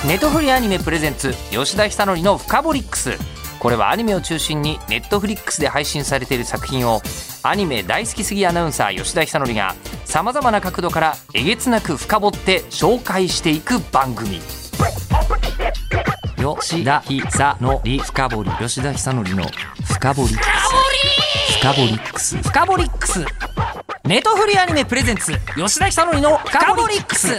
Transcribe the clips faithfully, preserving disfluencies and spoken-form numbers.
ネトフリアニメプレゼンツ吉田久典のフカボリックス。これはアニメを中心にネットフリックスで配信されている作品をアニメ大好きすぎアナウンサー吉田久典がさまざまな角度からえげつなく深掘って紹介していく番組。吉田久典深掘り、吉田久典の深掘りックス、深掘りックス、深掘りックス。ネトフリアニメプレゼンツ吉田久典の深掘りックス。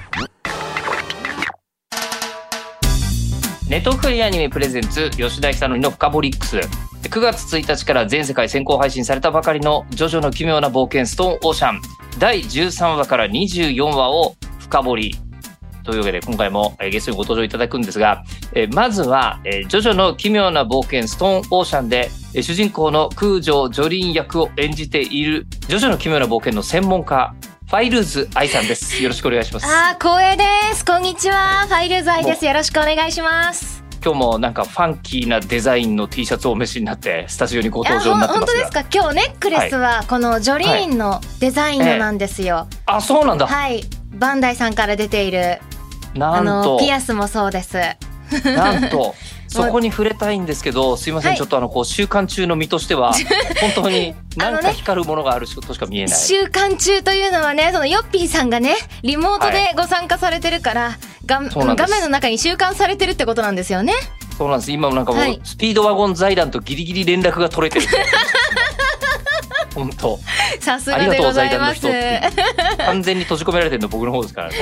ネトフリアニメプレゼンツ吉田久典の深掘りックス。くがつついたちから全世界先行配信されたばかりのジョジョの奇妙な冒険ストーンオーシャンだいじゅうさんわからにじゅうよんわを深掘りというわけで、今回もゲストにご登場いただくんですが、えまずはえジョジョの奇妙な冒険ストーンオーシャンでえ主人公の空城ジョリーン役を演じているジョジョの奇妙な冒険の専門家ファイルーズ愛さんです。よろしくお願いします。 あー、光栄です。こんにちは、ファイルーズ愛です。よろしくお願いします。 今日もなんかファンキーなデザインの T シャツをお召しになってスタジオにご登場になってますが。 本当ですか。今日ネックレスはこのジョリーンのデザインのなんですよ、はいえー、あ、そうなんだ。 はい、バンダイさんから出ているなんとあのピアスもそうです。 なんとそこに触れたいんですけど、すいません、はい、ちょっとあのこう週間中の身としては本当に何か光るものがあるとしか見えない。 週間中というのはね、そのヨッピーさんがねリモートでご参加されてるから、はい、画, 画面の中に収監されてるってことなんですよね。 そうなんです。今もなんかもう、はい、スピードワゴン財団とギリギリ連絡が取れてる本当さすがでございます。 完全に閉じ込められてるの僕の方ですからね。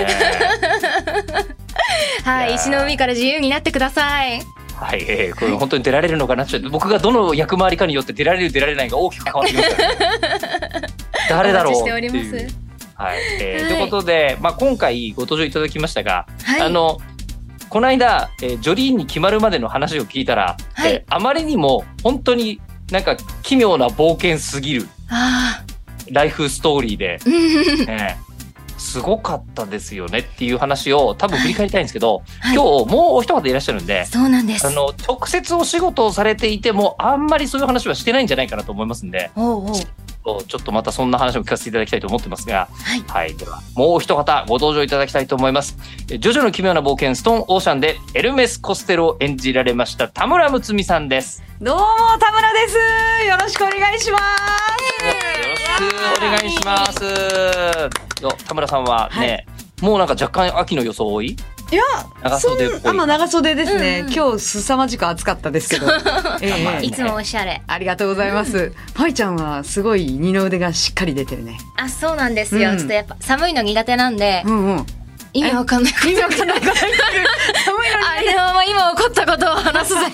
はい、石の海から自由になってください。 はい、えー、これ本当に出られるのかな、ちょっと僕がどの役回りかによって出られる出られないが大きく変わってきますからね。誰だろうっていう。はい、えーはい、ということで、まあ、今回ご登場いただきましたが、はい、あのこの間、えー、ジョリーンに決まるまでの話を聞いたら、はい、えー、あまりにも本当になんか奇妙な冒険すぎるライフストーリーで、えーすごかったですよねっていう話を多分振り返りたいんですけど、はい、今日もうお一方いらっしゃるんで、 そうなんです。 あの直接お仕事をされていてもあんまりそういう話はしてないんじゃないかなと思いますんで、 おうおうちょっとまたそんな話も聞かせていただきたいと思ってますが、はい、はい、ではもうお一方ご登場いただきたいと思います。ジョジョの奇妙な冒険ストーンオーシャンでエルメス・コステロを演じられました田村睦美さんです。 どうも田村です。よろしくお願いします。 よろしくお願いします。田村さんはね、はい、もうなんか若干秋の装い、 いや長袖っぽい。 あ、まあ、長袖ですね、うんうん、今日凄まじく暑かったですけど、 えー、いつもおしゃれありがとうございます、うん、ファイちゃんはすごい二の腕がしっかり出てるね。 あ、そうなんですよ、うん、ちょっとやっぱ寒いの苦手なんで、うんうん、意味わかんない意味わかんないから寒いのあれはもう今起こったことを話すぜ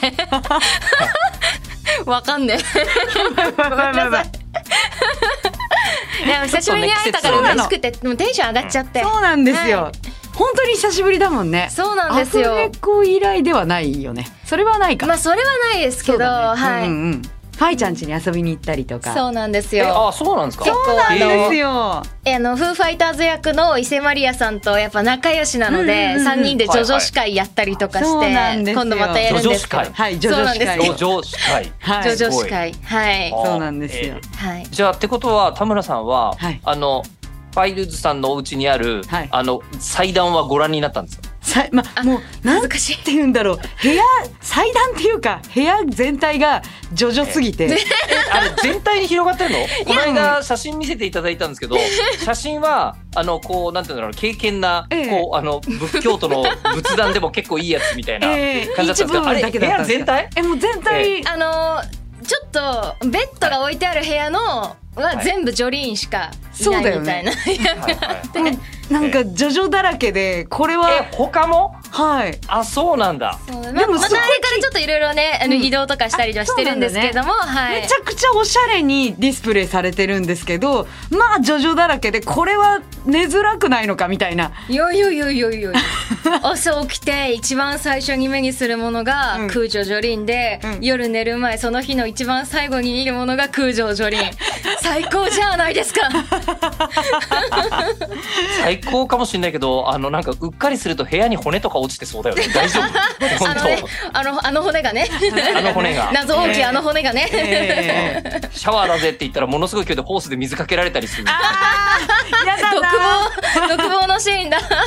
わかんねえごめんなさいでも久しぶりに会えたから嬉しくて、でもテンション上がっちゃって、 そうなんですよ、はい、本当に久しぶりだもんね。 そうなんですよ。 アフレコ以来ではないよね。それはないか。 まあそれはないですけど、ね、はい、うんうん、 ファイちゃん家に遊びに行ったりとか。 そうなんですよ。 あ、そうなんですか。 そうなんですよ。 えあのフーファイターズ役の伊勢マリアさんとやっぱ仲良しなので、うんうんうん、さんにんでジョジョ司会やったりとかして、はいはい、今度またやるんですけど、 はい、ジョジョ司会、 ジョジョ司会、 はい、ジョジョ司会、はい、 そうなんですよ、 えー、はい。じゃあってことは田村さんは、はい、あのファイルズさんのお家にある、はい、あの祭壇はご覧になったんですか。 さまあ、もう難しいって言うんだろう、部屋祭壇っていうか部屋全体がジョジョすぎて、えあれ全体に広がってるの。この間写真見せていただいたんですけど、写真はあのこうなんていうんだろう、敬虔な、ええ、こうあの仏教徒の仏壇でも結構いいやつみたいな感じだったんですけど、ええ、あれ部屋全体えもう全体、ええ、 あのちょっとベッドが置いてある部屋のは全部ジョリーンしかいないみたいな、はい、 はいはい、なんかジョジョだらけで、これはえ他も、 はい、 あ、そうなんだ。 そうでもまたあれからちょっといろいろね、あの移動とかしたりはしてるんですけども、ね、はい、 めちゃくちゃおしゃれにディスプレイされてるんですけど、まあジョジョだらけで、これは寝づらくないのかみたいな。 いやいやいやいやいや朝起きて一番最初に目にするものが空城ジョリーンで、うん、夜寝る前その日の一番最後に見るものが空城ジョリーン最高じゃないですか最高かもしれないけど、あのなんかうっかりすると部屋に骨とか落ちてそうだよね。大丈夫本当。あのね、あの、 あの骨がねあの骨が謎大きいあの骨がね、 えーえー、シャワーだぜって言ったらものすごい勢いでホースで水かけられたりする。 あ独房独房のシーンだ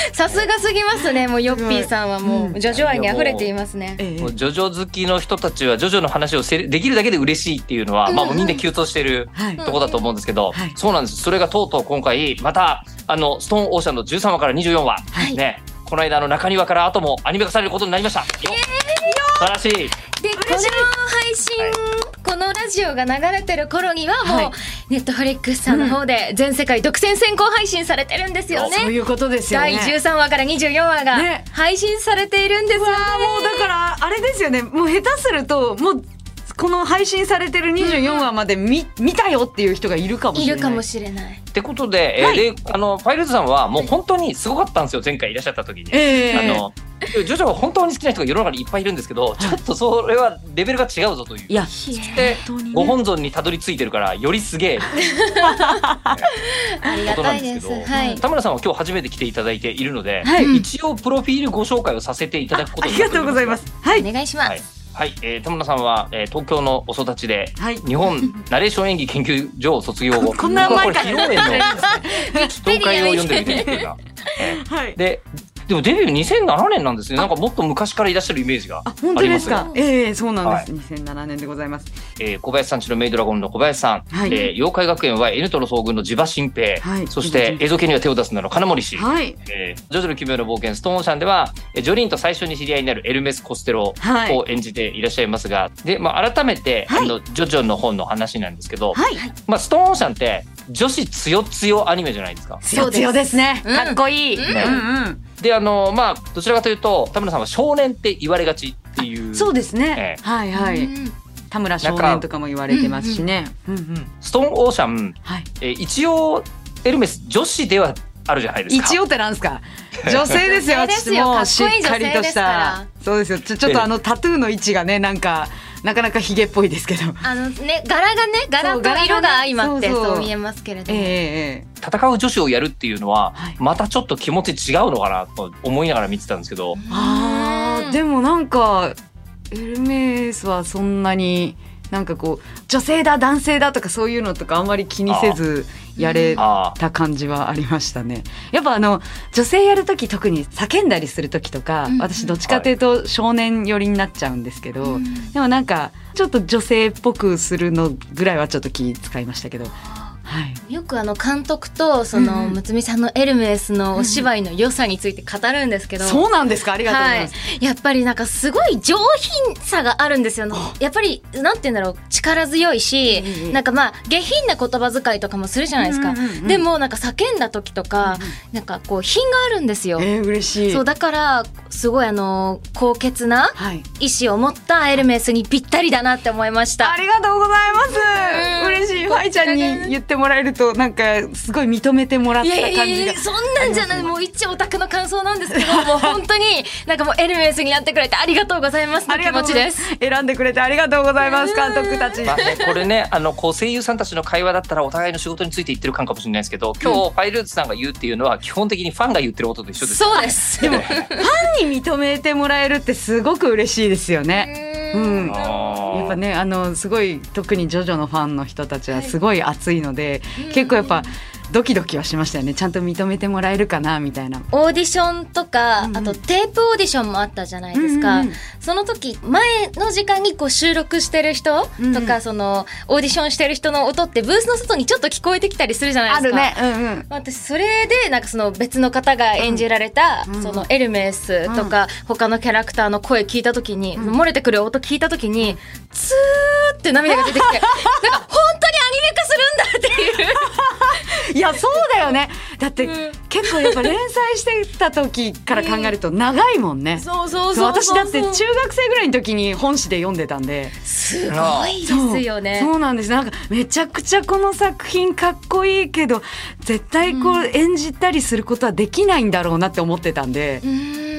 さすがすぎますね。もうヨッピーさんはもうジョジョ愛に溢れていますね。 もうジョジョ好きの人たちはジョジョの話をせできるだけで嬉しいっていうのは、うんうん、まあもうみんな急騰してるとこだと思うんですけど、はい、そうなんです。それがとうとう今回またあのストーンオーシャンのじゅうさんわからにじゅうよんわ、はい、ね、この間の中庭から後もアニメ化されることになりました。よ素晴らしい。でこの配信、はい、このラジオが流れてる頃にはもう、はい、ネットフリックスさんの方で全世界独占先行配信されてるんですよね。 そういうことですよね。 だいじゅうさんわからにじゅうよんわが配信されているんですよね。 もうだからあれですよね。もう下手するともうこの配信されてるにじゅうよんわまで 見,、うん、見たよっていう人がいるかもしれない。いるかもしれない。 ってことで、はい、えー、であのファイルズさんはもう本当にすごかったんですよ。前回いらっしゃった時に、えー、あのジョジョが本当に好きな人が世の中にいっぱいいるんですけど、ちょっとそれはレベルが違うぞという。いや、でご本尊にたどり着いてるからよりすげえありがたいです。はい、 田村さんは今日初めて来ていただいているので、はい、一応プロフィールご紹介をさせていただくことになっております。 ありがとうございます。はい、 お願いします。 はいはい、えー、田村さんは、えー、東京のお育ちで、はい、日本ナレーション演技研究所を卒業後こんな前から披露宴の紹介を読んでみてみたいな、えーはい、ででもデビューにせんななねんなんですね。なんかもっと昔からいらっしゃるイメージがあります。あ、 本当ですか。ええー、そうなんです、はい、にせんななねんでございます。 えー、小林さんちのメイドラゴンの小林さん、はい、えー、妖怪学園は N との遭遇の地場新平、はい、そして映像系には手を出すなら金森氏、はい、えー、ジョジョの奇妙な冒険ストーンオーシャンではジョリーンと最初に知り合いになるエルメス・コステロを演じていらっしゃいますが、はい、で、まあ、改めて、はい、あのジョジョの本の話なんですけど、はい、まあ、ストーンオーシャンって女子つよつよアニメじゃないですか。 つよつよですね、うん、かっこいい、ね、うんうん、 で、あのまあどちらかというと田村さんは少年って言われがちっていう。 そうですね、えー、はいはい、うん、田村少年とかも言われてますしね、うんうんうんうん、 ストーンオーシャン、はい、えー、一応エルメス女子ではあるじゃないですか。 一応ってなんですか。女性ですよ。私もしっかりとした。そうですよ。ちょ、ちょっとあのタトゥーの位置がね、なんかなかなかヒゲっぽいですけど。 あのね、柄がね、柄と色が相まってそう見えますけれども。えー、戦う女子をやるっていうのは、はい、またちょっと気持ち違うのかなと思いながら見てたんですけど。 ああ、でもなんかエルメスはそんなに。なんかこう女性だ男性だとかそういうのとかあんまり気にせずやれた感じはありましたね。やっぱあの女性やるとき特に叫んだりするときとか、うん、私どっちかというと少年寄りになっちゃうんですけど、うん、でもなんかちょっと女性っぽくするのぐらいはちょっと気使いましたけど。はい、 よくあの監督とそのむつみさんのエルメスのお芝居の良さについて語るんですけど、 うん、そうなんですか。ありがとうございます、はい、やっぱりなんかすごい上品さがあるんですよ。やっぱりなんて言うんだろう、力強いし、うん、なんかまあ下品な言葉遣いとかもするじゃないですか、うんうんうん、でもなんか叫んだ時とか、うんうん、なんかこう品があるんですよ。 えー、嬉しい。 そうだからすごいあの高潔な意志を持ったエルメスにぴったりだなって思いました。 ありがとうございます、うん、嬉しい。ファイちゃんに言ってもらえるとなんかすごい認めてもらった感じが。いやいやいや、 そんなんじゃない、もう一オタクの感想なんですけどもう本当になんかもうエルメスになってくれてありがとうございますの気持ちです。 選んでくれてありがとうございます監督たち、 まあね、これね、あのこう声優さんたちの会話だったらお互いの仕事について言ってる感かもしれないですけど、今日、うん、ファイルーズさんが言うっていうのは基本的にファンが言ってることと一緒です。 そうです。 でもファンに認めてもらえるってすごく嬉しいですよね。うん、やっぱね、あのすごい特にジョジョのファンの人たちはすごい熱いので、はい、結構やっぱドキドキはしましたよね。ちゃんと認めてもらえるかなみたいな。 オーディションとか、うんうん、あとテープオーディションもあったじゃないですか、うんうん、その時前の時間にこう収録してる人とか、うんうん、そのオーディションしてる人の音ってブースの外にちょっと聞こえてきたりするじゃないですか。 あるね、うんうん、 私それでなんかその別の方が演じられた、うん、そのエルメスとか、うん、他のキャラクターの声聞いた時に、うん、漏れてくる音聞いた時にツーって涙が出てきてなんか本当にアニメ化するんだっていういやそうだよね。だって、うん、結構やっぱ連載してた時から考えると長いもんね、うん、 そうそうそうそう。 私だって中学生ぐらいの時に本誌で読んでたんで。 すごいですよね。 そう、そうなんです。なんかめちゃくちゃこの作品かっこいいけど絶対こう演じたりすることはできないんだろうなって思ってたんで、うん、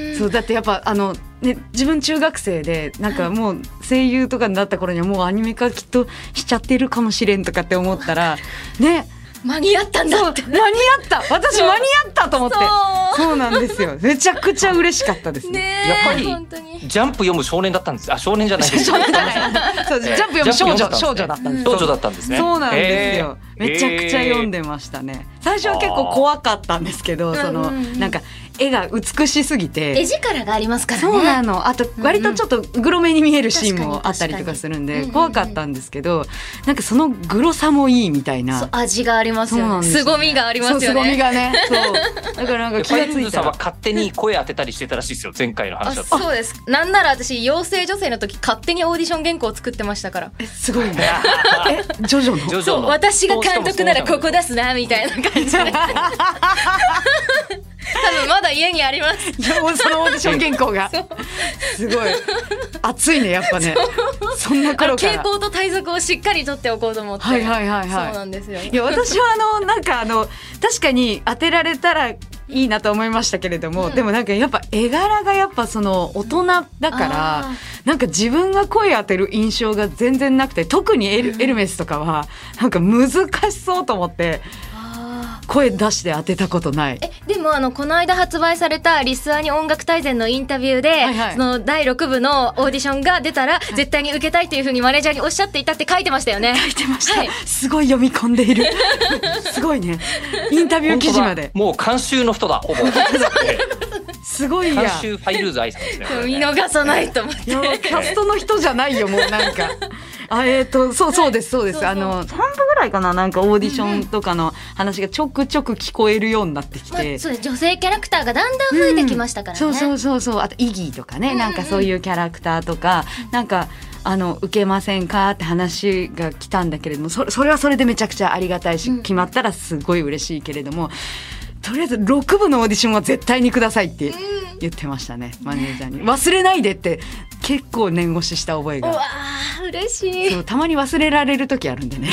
そうだってやっぱあのね、自分中学生でなんかもう声優とかになった頃にはもうアニメ化きっとしちゃってるかもしれんとかって思ったらね、 間に合ったんだって。 間に合った私間に合ったと思って。そう、そうなんですよ。めちゃくちゃ嬉しかったですね。 ね、やっぱりジャンプ読む少年だったんです。あ、少年じゃないです。 そう、ジャンプ読む少女少女だったんです。 少女だったんですね。 そうなんですよ。 めちゃくちゃ読んでましたね。最初は結構怖かったんですけど、そのなんか絵が美しすぎて、 絵力がありますからね。 そうなの。あと割とちょっとグロめに見えるシーンもあったりとかするんで怖かったんですけど、なんかそのグロさもいいみたいな。 そう味がありますよね。凄みがありますよね。 そう凄みがね。そうだからなんか気がついたら。 ファイルズさんは勝手に声当てたりしてたらしいですよ、前回の話だと。 そうです。なんなら私妖精女性の時勝手にオーディション原稿を作ってましたから。 えすごいね。えジョジョの。 ジョジョのそう私が監督ならここ出すなみたいな感じで。多分まだ家にあります。 いやもうそのオーディション原稿がすごい熱いねやっぱね。そんな頃から傾向と対策をしっかり取っておこうと思って。 はいはいはいはい。 そうなんですよ。 いや私はあのなんかあの確かに当てられたらいいなと思いましたけれども、うん、でもなんかやっぱ絵柄がやっぱその大人だからなんか自分が声当てる印象が全然なくて、特にエル、うん、エルメスとかはなんか難しそうと思って声出して当てたことない。 えでもあのこの間発売されたリスアニ音楽大全のインタビューで、はいはい、そのだいろく部のオーディションが出たら、はい、絶対に受けたいというふうにマネージャーにおっしゃっていたって書いてましたよね。 書いてました、はい、すごい読み込んでいるすごいねインタビュー記事まで。 もう監修の人だほぼすごいや監修ファイルーズ愛さんですね。 見逃さないと思ってキャストの人じゃないよもうなんかあえーとそうそうですそうです。あのさんぶぐらいかな、なんかオーディションとかの話がちょくちょく聞こえるようになってきて、 まあ、そうです。女性キャラクターがだんだん増えてきましたからね、 うん、そうそうそうそう。あとイギーとかね、うんうん、なんかそういうキャラクターとかなんかあの受けませんかって話が来たんだけれども、 そ, それはそれでめちゃくちゃありがたいし、うん、決まったらすごい嬉しいけれども、とりあえずろく部のオーディションは絶対にくださいって言ってましたね、マネージャーに。忘れないでって結構念押しした覚えが。 うわー嬉しい。 そうたまに忘れられる時あるんでね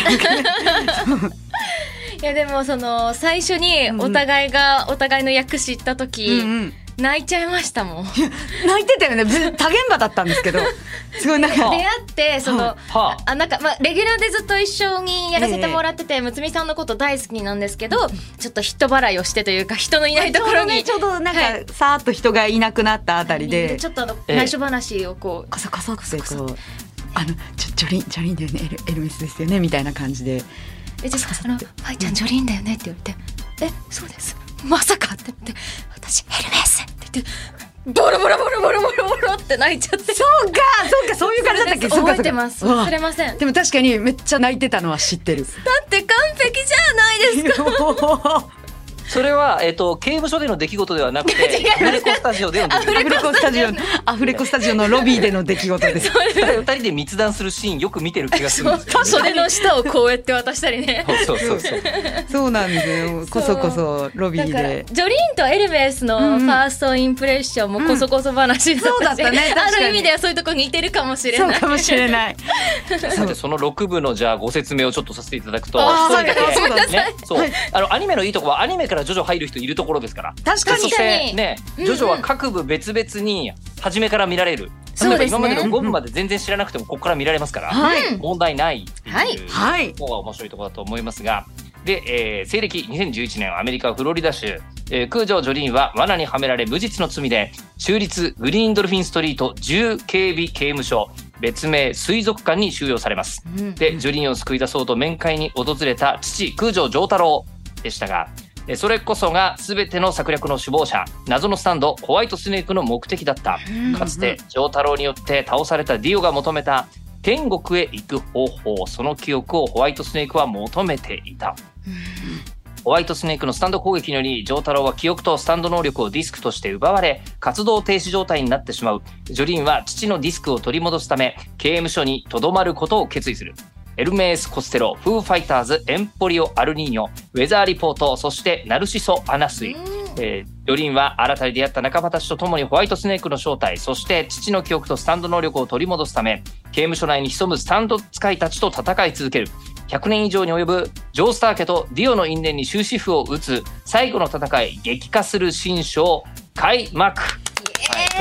いやでもその最初にお互いがお互いの役知った時、うんうん、泣いちゃいましたもん。 泣いてたよね。多現場だったんですけどすごいなんか出会ってその、はあ、あなんかまあレギュラーでずっと一緒にやらせてもらってて、えー、むつみさんのこと大好きなんですけど、ちょっと人払いをしてというか人のいないところにちょうどなんか、はい、さーっと人がいなくなったあたりでちょっとあの内緒話をこう、 えー、こそこそってこうあのちょジョリンジョリンだよね、エル、エルメスですよねみたいな感じで、 えじゃあのファイちゃんジョリンだよねって言って、えそうですまさかって言って、私エルメスって言ってボロボロボロボロボロボロって泣いちゃって。 そうかそうかそういう感じだったっけ。 覚えてます。忘れません。 でも確かにめっちゃ泣いてたのは知ってる。 だって完璧じゃないですかそれは、えーと、刑務所での出来事ではなくてアフレコスタジオでの出来事。 アフレコスタジオアフレコスタジオのロビーでの出来事です。 ふたりで密談するシーンよく見てる気がするんですよ、ね、 袖の下をこうやって渡したりねそうそうそうそうなんですよ。こそこそロビーでジョリンとエルメスのファーストインプレッションもこそこそ話だったし、うん、そうだったね。ある意味ではそういうところに似てるかもしれない。 そうかもしれないさてそのろく部のじゃあご説明をちょっとさせていただくと、 あ一人だけそうだね、そう、はい、あのアニメのいいところはアニメからジョジョ入る人いるところですから。 確かに。 そしてね、ジョジョは各部別々に初めから見られる。例えば今までのご部まで全然知らなくてもここから見られますから、 はい、 問題ないっていう、 はい、 ここが面白いところだと思いますが、で、えー、西暦にせんじゅういちねんアメリカフロリダ州、えー、空城ジョリーンは罠にはめられ無実の罪で州立グリーンドルフィンストリート重警備刑務所別名水族館に収容されます、うん、でジョリーンを救い出そうと面会に訪れた父空城城太郎でしたが、それこそが全ての策略の首謀者、謎のスタンドホワイトスネークの目的だった。かつて城太郎によって倒されたディオが求めた天国へ行く方法、その記憶をホワイトスネークは求めていた。ホワイトスネークのスタンド攻撃により城太郎は記憶とスタンド能力をディスクとして奪われ活動停止状態になってしまう。ジョリーンは父のディスクを取り戻すため刑務所に留まることを決意する。エルメース・コステロ、フーファイターズ、エンポリオ・アルニーニョ、ウェザーリポート、そしてナルシソ・アナスイ、えー、ジョリーンは新たに出会った仲間たちと共にホワイトスネークの正体、そして父の記憶とスタンド能力を取り戻すため刑務所内に潜むスタンド使いたちと戦い続ける。ひゃくねん以上に及ぶジョー・スター家とディオの因縁に終止符を打つ最後の戦い、激化する新章開幕、はい、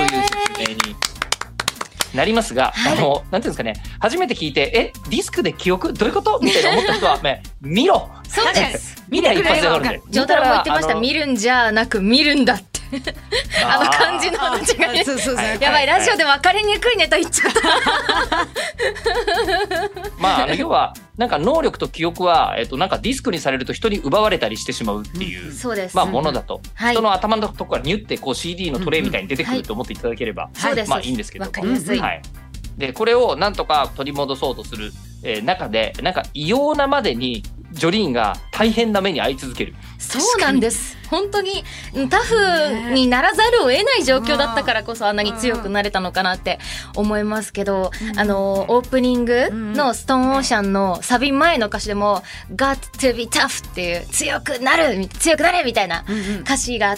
という説明になりますが、はい、あのなんていうんですかね、初めて聞いてえディスクで記憶どういうことみたいな思った人は、ね、見ろ。 そうです見りゃ一発でわかるんで。 ジョー太郎も言ってました。見るんじゃなく見るんだってあの漢字の違い。そうそうそう、やばい、ラジオで分かりにくいネタ言っちゃったまああの要はなんか能力と記憶は、えっと、なんかディスクにされると人に奪われたりしてしまうっていう、うん、 そうです、 まあ、ものだと、 はい、 人の頭のとこからニュってこう シーディー のトレイみたいに出てくると思っていただければ、 はい、 まあいいんですけども、 わかりやすい、 はい、でこれをなんとか取り戻そうとする、えー、中でなんか異様なまでにジョリーンが大変な目に遭い続ける。 そうなんです。本当にタフにならざるを得ない状況だったからこそあんなに強くなれたのかなって思いますけど、うん、あのオープニングのストーンオーシャンのサビ前の歌詞でも Got to be tough っていう強くなる強くなれみたいな歌詞があって、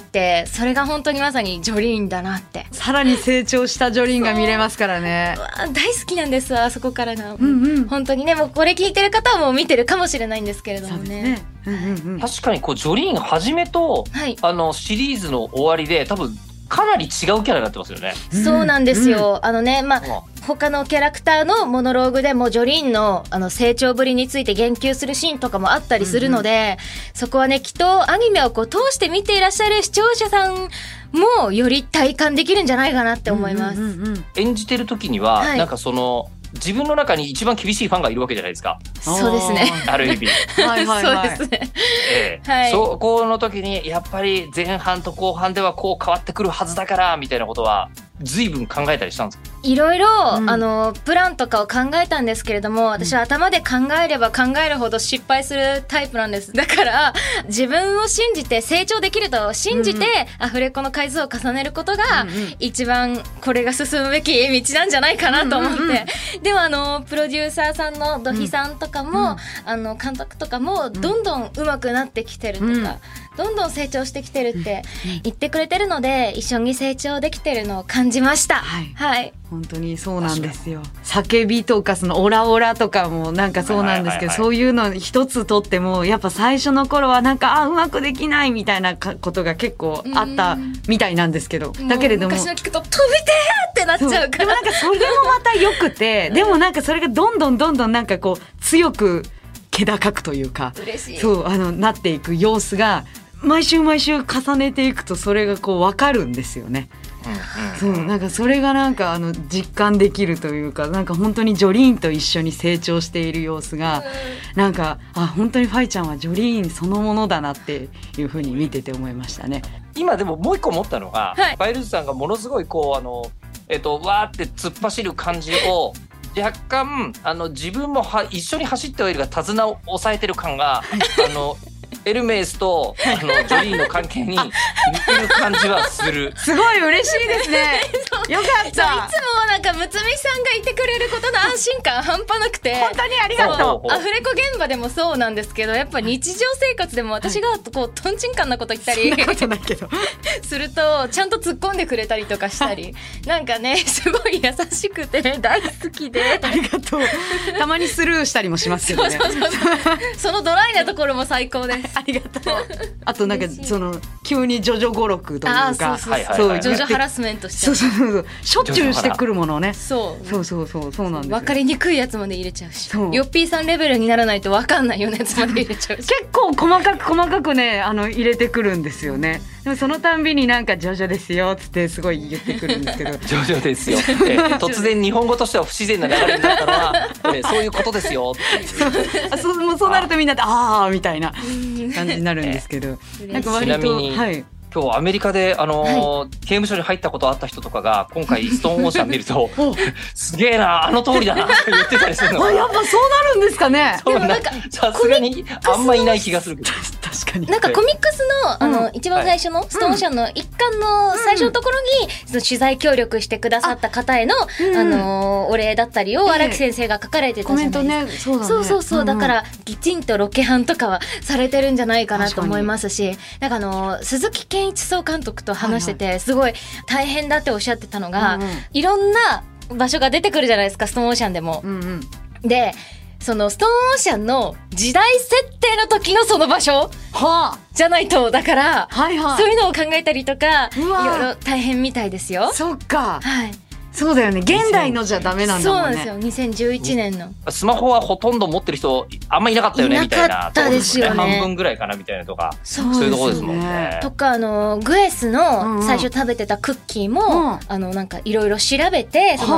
それが本当にまさにジョリーンだなって。 さらに成長したジョリーンが見れますからね。 大好きなんですあそこからが、うんうん、本当にね、もうこれ聞いてる方はもう見てるかもしれないんですけれどもね。 うんうんうん、 確かにこうジョリーンはじめと、はい、あのシリーズの終わりで多分かなり違うキャラになってますよね。 そうなんですよ、うん、あのね、まあ、うん、他のキャラクターのモノローグでもジョリーン の, あの成長ぶりについて言及するシーンとかもあったりするので、うんうん、そこはねきっとアニメをこう通して見ていらっしゃる視聴者さんもより体感できるんじゃないかなって思います、うんうんうん、 演じてる時には、はい、なんかその自分の中に一番厳しいファンがいるわけじゃないですか。 そうですね。 ある意味。 はいはいはい。 そうですね。 ええ、はい、そこの時にやっぱり前半と後半ではこう変わってくるはずだからみたいなことは随分考えたりしたんですか？ いろいろ、うん、あのプランとかを考えたんですけれども、私は頭で考えれば考えるほど失敗するタイプなんです。だから自分を信じて成長できると信じて、うん、アフレコの回数を重ねることが、うんうん、一番これが進むべき道なんじゃないかなと思って、うんうんうん、でもあのプロデューサーさんの土肥さんとかも、うん、あの監督とかもどんどん上手くなってきてるとか、うん、どんどん成長してきてるって言ってくれてるので、一緒に成長できてるのを感じました。はい、はい、 本当にそうなんですよ。叫びとかそのオラオラとかもなんかそうなんですけど、はいはいはいはい、そういうの一つとってもやっぱ最初の頃はなんかあうまくできないみたいなことが結構あったみたいなんですけど、だけれども昔の聞くと飛びてーってなっちゃうから、 でもなんかそれもまた良くてでもなんかそれがどんどんどんどんなんかこう強く気高くというか、 嬉しい、 そうあのなっていく様子が毎週毎週重ねていくとそれがこう分かるんですよね。うんうん、そうなんかそれがなんかあの実感できるというか、なんか本当にジョリーンと一緒に成長している様子が、うん、なんかあ本当にファイちゃんはジョリーンそのものだなっていうふうに見てて思いましたね。 今でももう一個思ったのが、はい、バイルズさんがものすごいこうあの、えっと、わーって突っ走る感じを若干あの自分もは一緒に走ってはいるが手綱を押さえてる感があのエルメイスとあのジョリーンの関係に似てる感じはする。 すごい嬉しいですね。よかった。いつもなんかむつみさんがいてくれることの安心感半端なくて本当にありがとう。 アフレコ現場でもそうなんですけど、やっぱ日常生活でも私がこうとんちんかんなこと言ったり、 そんなことないけどするとちゃんと突っ込んでくれたりとかしたりなんかねすごい優しくて大好きでありがとう。たまにスルーしたりもしますけどね。 そうそうそうそのドライなところも最高です。 ありがとう。あとなんかその急にジョジョ語録というか、 そうそうそうジョジョハラスメントして、 そうそうそうしょっちゅうしてくるものね。 そうそうそうそうそうなんですよ。 分かりにくいやつまで入れちゃうし、ヨッピーさんレベルにならないと分かんないようなやつまで入れちゃうし結構細かく細かくねあの入れてくるんですよね。でもそのたんびになんかジョジョですよっつってすごい言ってくるんですけどジョジョですよ、えー、突然日本語としては不自然な流れになったのは、えー、そういうことですよっていうあ そう, もうそうなるとみんなでああみたいな感じになるんですけど、えー、なんか割とちなみに、はい今日アメリカで、あのーはい、刑務所に入ったことあった人とかが今回ストーンオーシャン見るとすげえなあの通りだなって言ってたりするのあやっぱそうなるんですかね。 でもなんかさすがにあんまいない気がするけど確かになんかコミックス の, あの、うん、一番最初のストーンオーシャンの一環の最初のところに、うん、その取材協力してくださった方への、あ、あのー、お礼だったりを荒木先生が書かれてたじゃないですか、 コメントね、そうだね、 そうそうそう、うんうん、だからきちんとロケハンとかはされてるんじゃないかなと思いますし、なんかあのー、鈴木健一総監督と話してて、はいはい、すごい大変だっておっしゃってたのが、うんうん、いろんな場所が出てくるじゃないですか、ストーンオーシャンでも、うんうん、でそのストーンオーシャンの時代設定の時のその場所、はあ、じゃないとだから、はいはい、そういうのを考えたりとかいろいろ大変みたいですよ。 そっか、 はい、 そうだよね、現代のじゃダメなんだもんね。 そうなんですよ、にせんじゅういちねんのスマホはほとんど持ってる人あんまいなかったよねみたいな、 いなかったですよね、 半分ぐらいかなみたいなとか、そういうところですもんね。 とかあのグエスの最初食べてたクッキーも、うん、あのなんかいろいろ調べて、その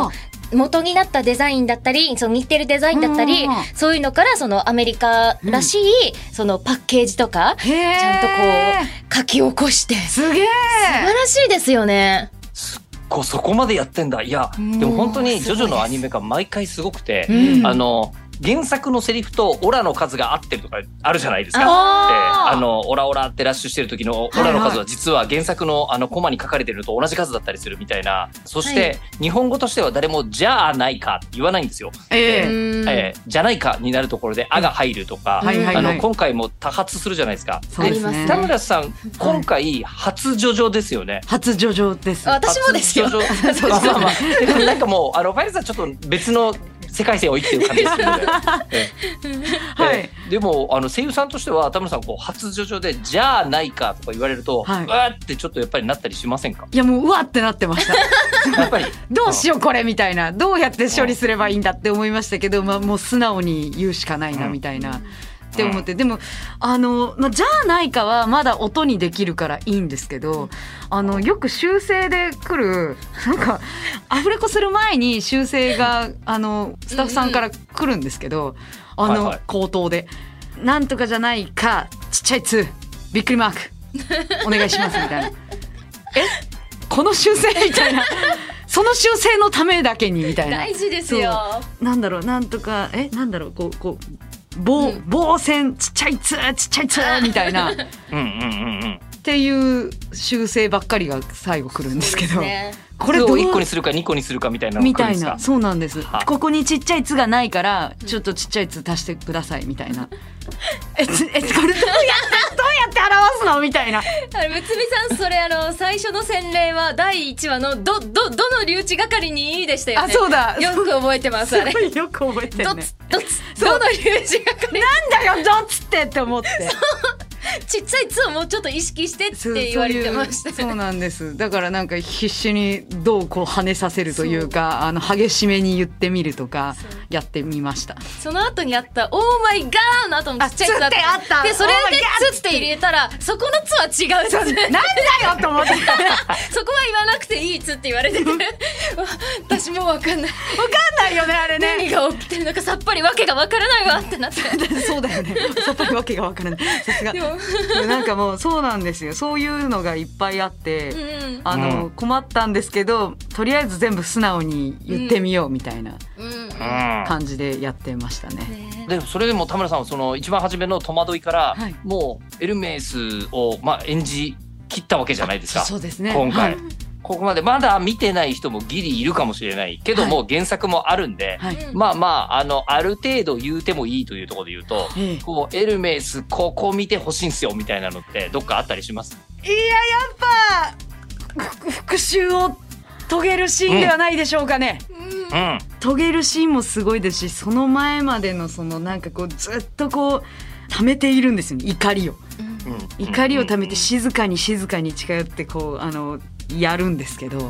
元になったデザインだったり、その似てるデザインだったり、うん、そういうのからそのアメリカらしい、うん、そのパッケージとかちゃんとこう書き起こして、 すげえ素晴らしいですよね。 すっごいそこまでやってんだ。いやでも本当にジョジョのアニメが毎回すごくて、うん、あの原作のセリフとオラの数が合ってるとかあるじゃないですか。あ, あのオラオラってラッシュしてる時のオラの数は実は原作のあのコマに書かれてるのと同じ数だったりするみたいな。そして、はい、日本語としては誰もじゃあないかって言わないんですよ。えーえー、じゃないかになるところであが入るとか、うん、あの今回も多発するじゃないですか。 そうですね。 田村さん今回初ジョジョですよね。 初ジョジョです。 私もですよ。 まあまあまあ、でもなんかもうあのファイルさんちょっと別の世界線を生きてる感じですけどね。はい、でもあの声優さんとしては田村さんこう初ジョジョでじゃあないかとか言われると、はい、うわってちょっとやっぱりなったりしませんか？ いやもううわってなってました。やっぱりどうしようこれみたいな、どうやって処理すればいいんだって思いましたけど、まあ、もう素直に言うしかないなみたいな。うんって思って、でもあの、まあ、じゃあないかはまだ音にできるからいいんですけど、あのよく修正で来るなんかアフレコする前に修正があのスタッフさんから来るんですけど、あの口頭でなんとかじゃないかちっちゃいつびっくりマークお願いしますみたいなえこの修正みたいなその修正のためだけにみたいな。 大事ですよ。 なんだろうなんとかえなんだろうこうこう棒、棒線ちっちゃいつちっちゃいつみたいなっていう修正ばっかりが最後来るんですけど、ね、 これをいっこにするかにこにするかみたいなのが来るんですか？ みたいな。そうなんです。ここにちっちゃいつがないからちょっとちっちゃいつ足してくださいみたいな。ええこれどうやってどうやって表すのみたいな。 むつみさんそれあの最初の洗礼はだいいちわのどどどの留置係にでしたよね。 あそうだ。 よく覚えてます。あれよく覚えてるね。 どつどつどの留置係なんだよどつってって思って。 ちっちゃい「つ」をもうちょっと意識してって言われてました、ね、 そうなんです。だからなんか必死にどうこう跳ねさせるというか、あの激しめに言ってみるとかやってみました。 その後にあった「オーマイガー」の後もちっちゃい「つ」だったで、それで「つ」って入れたらそこの「つ」は違う。 なんだよと思ってそこは言わなくていい「つ」って言われてて私も分かんない分かんないよねあれね。 何が起きてるのかさっぱりわけが分からないわってなってそうだよねさっぱりわけが分からない。さすがなんかもうそうなんですよ。そういうのがいっぱいあって、うん、あの、うん、困ったんですけどとりあえず全部素直に言ってみようみたいな感じでやってましたね。 うん、でそれでも田村さんはその一番初めの戸惑いから、はい、もうエルメスを、まあ、演じ切ったわけじゃないですか。 そうですね。 今回、はい、ここまでまだ見てない人もギリいるかもしれないけども、はい、原作もあるんで、はい、まあまああのある程度言うてもいいというところで言うと、はい、こうエルメスここ見てほしいんすよみたいなのってどっかあったりします？ いややっぱ復讐を遂げるシーンではないでしょうかね。うん、遂げるシーンもすごいですし、その前までのそのなんかこうずっとこう溜めているんですよね、怒りを、うん、怒りを溜めて静かに静かに近寄ってこうあのやるんですけど、うんうん、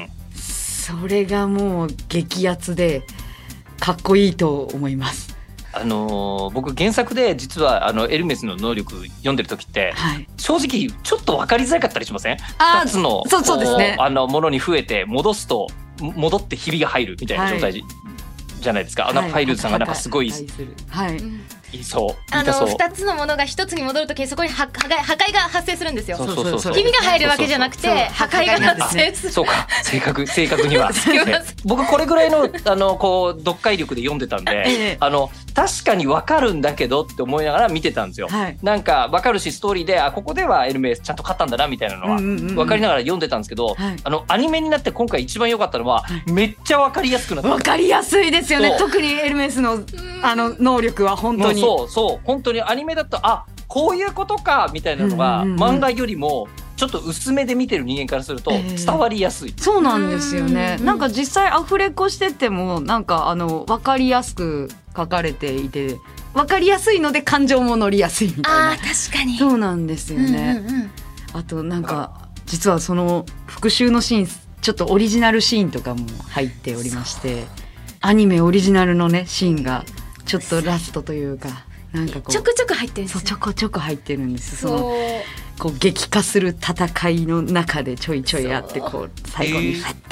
それがもう激アツでかっこいいと思います。 あのー、僕原作で実はあのエルメスの能力読んでる時って、はい、正直ちょっと分かりづらかったりしません？ふたつのそうそうですね、 あのものに増えて戻すと戻ってひびが入るみたいな状態、はい、じゃないですか。あのファイルズさんがなんかすごい、はい、いそうあのふたつのものがひとつに戻るときそこに破壊が発生するんですよ。ひびが入るわけじゃなくて破壊が発生する。 そうか正確正確には僕これぐらいのあのこう読解力で読んでたんで、ええ、あの確かに分かるんだけどって思いながら見てたんですよ、はい、なんか分かるしストーリーであここではエルメスちゃんと勝ったんだなみたいなのは分かりながら読んでたんですけど、はい、あのアニメになって今回一番良かったのは、はい、めっちゃ分かりやすくなった。 分かりやすいですよね。特にエルメスのあの能力は本当にそうそう本当にアニメだとあこういうことかみたいなのが、うんうんうん、漫画よりもちょっと薄めで見てる人間からすると伝わりやすい、えー、 そうなんですよね。なんか実際アフレコしててもなんかあの分かりやすく書かれていて分かりやすいので感情も乗りやすいみたいな。 あー確かにそうなんですよね、うんうんうん、あとなんか実はその復讐のシーンちょっとオリジナルシーンとかも入っておりまして、アニメオリジナルのねシーンがちょっとラストというかなんかこうちょくちょく入ってるんですよ。 そうちょこちょこ入ってるんです。そのこう激化する戦いの中でちょいちょいやってこう最後にファって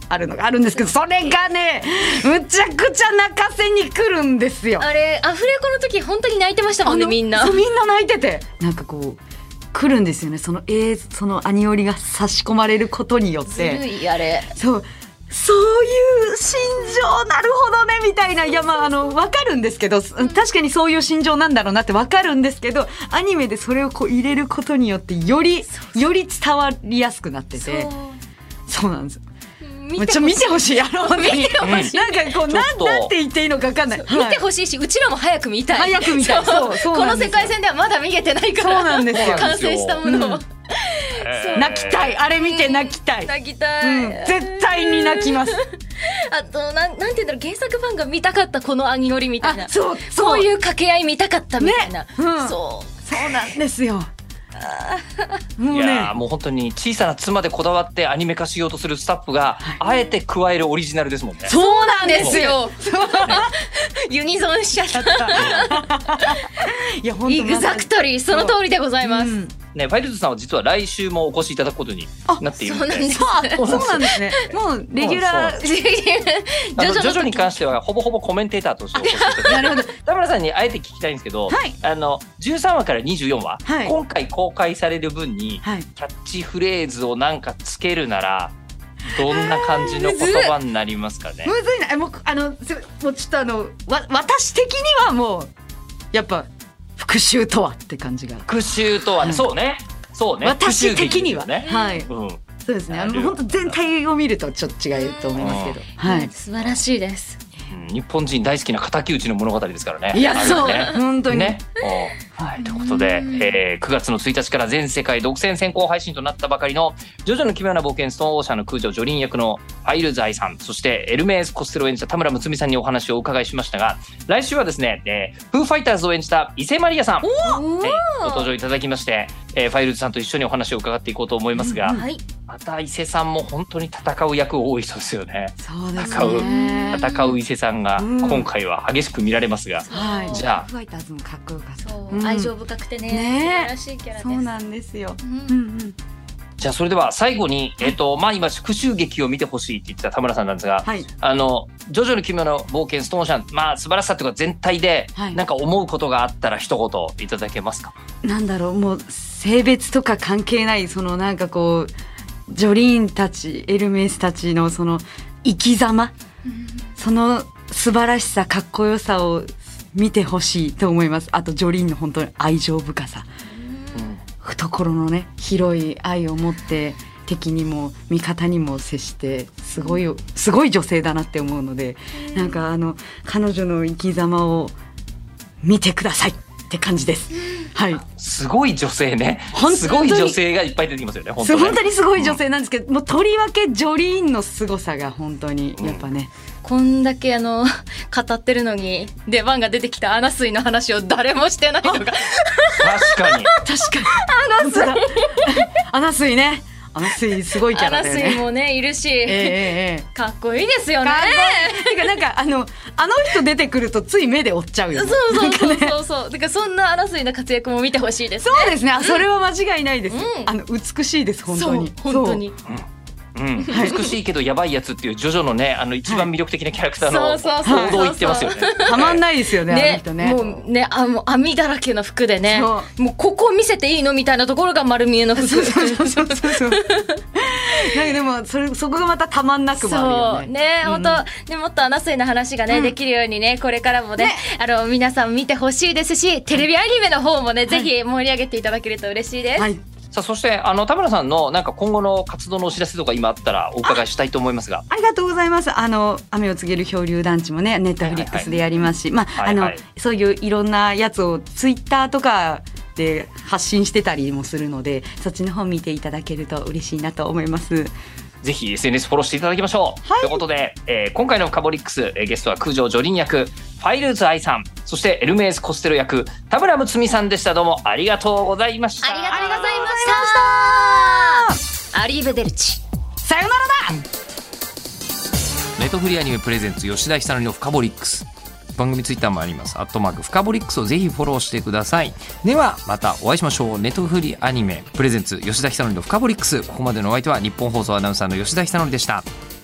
あるのがあるんですけど、それがねむちゃくちゃ泣かせに来るんですよ。 あれアフレコの時本当に泣いてましたもんね、みんな。 そうみんな泣いてて、なんかこう来るんですよね、その、えー、そのアニオリが差し込まれることによって。 ずるいあれ。 そうそういう心情、なるほどねみたいな。いやまああの分かるんですけど、確かにそういう心情なんだろうなって分かるんですけど、アニメでそれをこう入れることによってよりより伝わりやすくなってて、そう、そうなんです。めっちゃ見てほしい。あの見てほしい。なんかこうなんなんて言っていいのか分かんない。 見てほしいし、うちらも早く見たい。 早く見たい。そうそうこの世界線ではまだ見れてないから。 そうなんですよ。 完成したものを。 泣きたい。あれ見て泣きたい。 泣きたい。 絶対に泣きます。 あとなんなんていうんだろう、原作ファンが見たかったこのアニオリみたいな。 そうそういう掛け合い見たかったみたいな。 そうそうなんですよ。 もうね、いやもう本当に小さな妻でこだわってアニメ化しようとするスタッフがあえて加えるオリジナルですもんね。 そうなんですよ。ユニゾンしちゃった。 いや本当エグザクトリーその通りでございます。 ね、ファイルズさんは実は来週もお越しいただくことになっているので。 そうなんですね。もうレギュラー。ジョジョに関してはほぼほぼコメンテーターとしてお越しいただいて。なるほど。田村さんにあえて聞きたいんですけど、はい、あのじゅうさんわからにじゅうよんわ、はい、今回公開される分に、はい、キャッチフレーズをなんかつけるならどんな感じの言葉になりますかね。 むずいな。もうあのもうちょっとあのわ私的にはもうやっぱ。復讐とはって感じが。 復讐とは、ね、そうね、そうね。 私的にはね、はい、 うん、 そうですね。あの本当全体を見るとちょっと違うと思いますけど、はい、 素晴らしいです。 うん、日本人大好きな敵討ちの物語ですからね。 いや、そう、ね、本当にね。 はい、ということで、えー、くがつのついたちから全世界独占先行配信となったばかりのジョジョの奇妙な冒険ストーンオーシャンの空女ジョリン役のファイルズ愛さん、そしてエルメース・コステロを演じた田村睦美さんにお話をお伺いしましたが、来週はですね、えー、フーファイターズを演じた伊勢マリアさん、えー、ご登場いただきまして、えー、ファイルズさんと一緒にお話を伺っていこうと思いますが、うん、はい、また伊勢さんも本当に戦う役多い人ですよね。 そうですね。 戦う戦う伊勢さんが今回は激しく見られますが、 うん、 じゃあファイターズもかっこよかった。 そう、うん、愛情深くてね、ね、素晴らしいキャラです。 そうなんですよ。うんうんうん、 じゃあそれでは最後に、えーとまあ、今復讐劇を見てほしいって言ってた田村さんなんですが、はい、あのジョジョの奇妙な冒険ストーンオーシャン、まあ素晴らしさというか全体でなんか思うことがあったら一言いただけますか。 なんだろう、もう性別とか関係ない、そのなんかこうジョリーンたちエルメスたちのその生き様、うん、その素晴らしさかっこよさを見てほしいと思います。あとジョリーンの本当に愛情深さ、うん、懐のね広い愛を持って敵にも味方にも接してすごいすごい女性だなって思うので、なんかあの彼女の生き様を見てくださいって感じです。はい、 すごい女性ね。すごい女性がいっぱい出てきますよね。 本当ね、本当にすごい女性なんですけど、うん、もうとりわけジョリーンの凄さが本当にやっぱね、 うん、こんだけあの語ってるのに出番が出てきたアナスイの話を誰もしてないのが確かに確かにアナスイアナスイね、アナスイすごいキャラだよね。 アナスイもねいるし、えーえー、かっこいいですよね。 なんかあのあの人出てくるとつい目で追っちゃうよ、ね、 そうそうそうそうそう。だからそんなアナスイの活躍も見てほしいですね。 そうですね、うん、それは間違いないです、うん、あの美しいです本当に。 そう本当にうん、美しいけどやばいやつっていうジョジョのね、あの一番魅力的なキャラクターの行動を言ってますよね。 たまんないですよね、 ね、 あの人ね。 もうね、あもう網だらけの服でね、もうここ見せていいのみたいなところが丸見えの服。そうそうそうそうそうなんかでもそれそこがまたたまんなくもあるよね。 そうね、本当、うん、ね、もっとアナスイの話がね、うん、できるようにね、これからもね、ね、あの皆さん見てほしいですし、テレビアニメの方もね、はい、ぜひ盛り上げていただけると嬉しいです。はい、 さあそしてあの田村さんのなんか今後の活動のお知らせとか今あったらお伺いしたいと思いますが。 あ, ありがとうございます。あの雨を告げる漂流団地もねネットフリックスでやりますし、まああのそういういろんなやつをツイッターとかで発信してたりもするので、そっちの方見ていただけると嬉しいなと思います。 ぜひ エスエヌエス フォローしていただきましょう、はい、ということで、えー、今回のフカボリックス、えー、ゲストは空城ジョリン役ファイルズ愛さん、そしてエルメースコステロ役田村睦美さんでした。どうもありがとうございました。 ありがとうございました。アリーベデルチ、 さよならだ。 ネットフリーアニメプレゼンツ吉田ひさのりのフカボリックス、番組ツイッターもあります。アットマークフカボリックスをぜひフォローしてください。ではまたお会いしましょう。ネットフリーアニメプレゼンツ吉田ひさのりのフカボリックス、ここまでのお相手は日本放送アナウンサーの吉田ひさのりでした。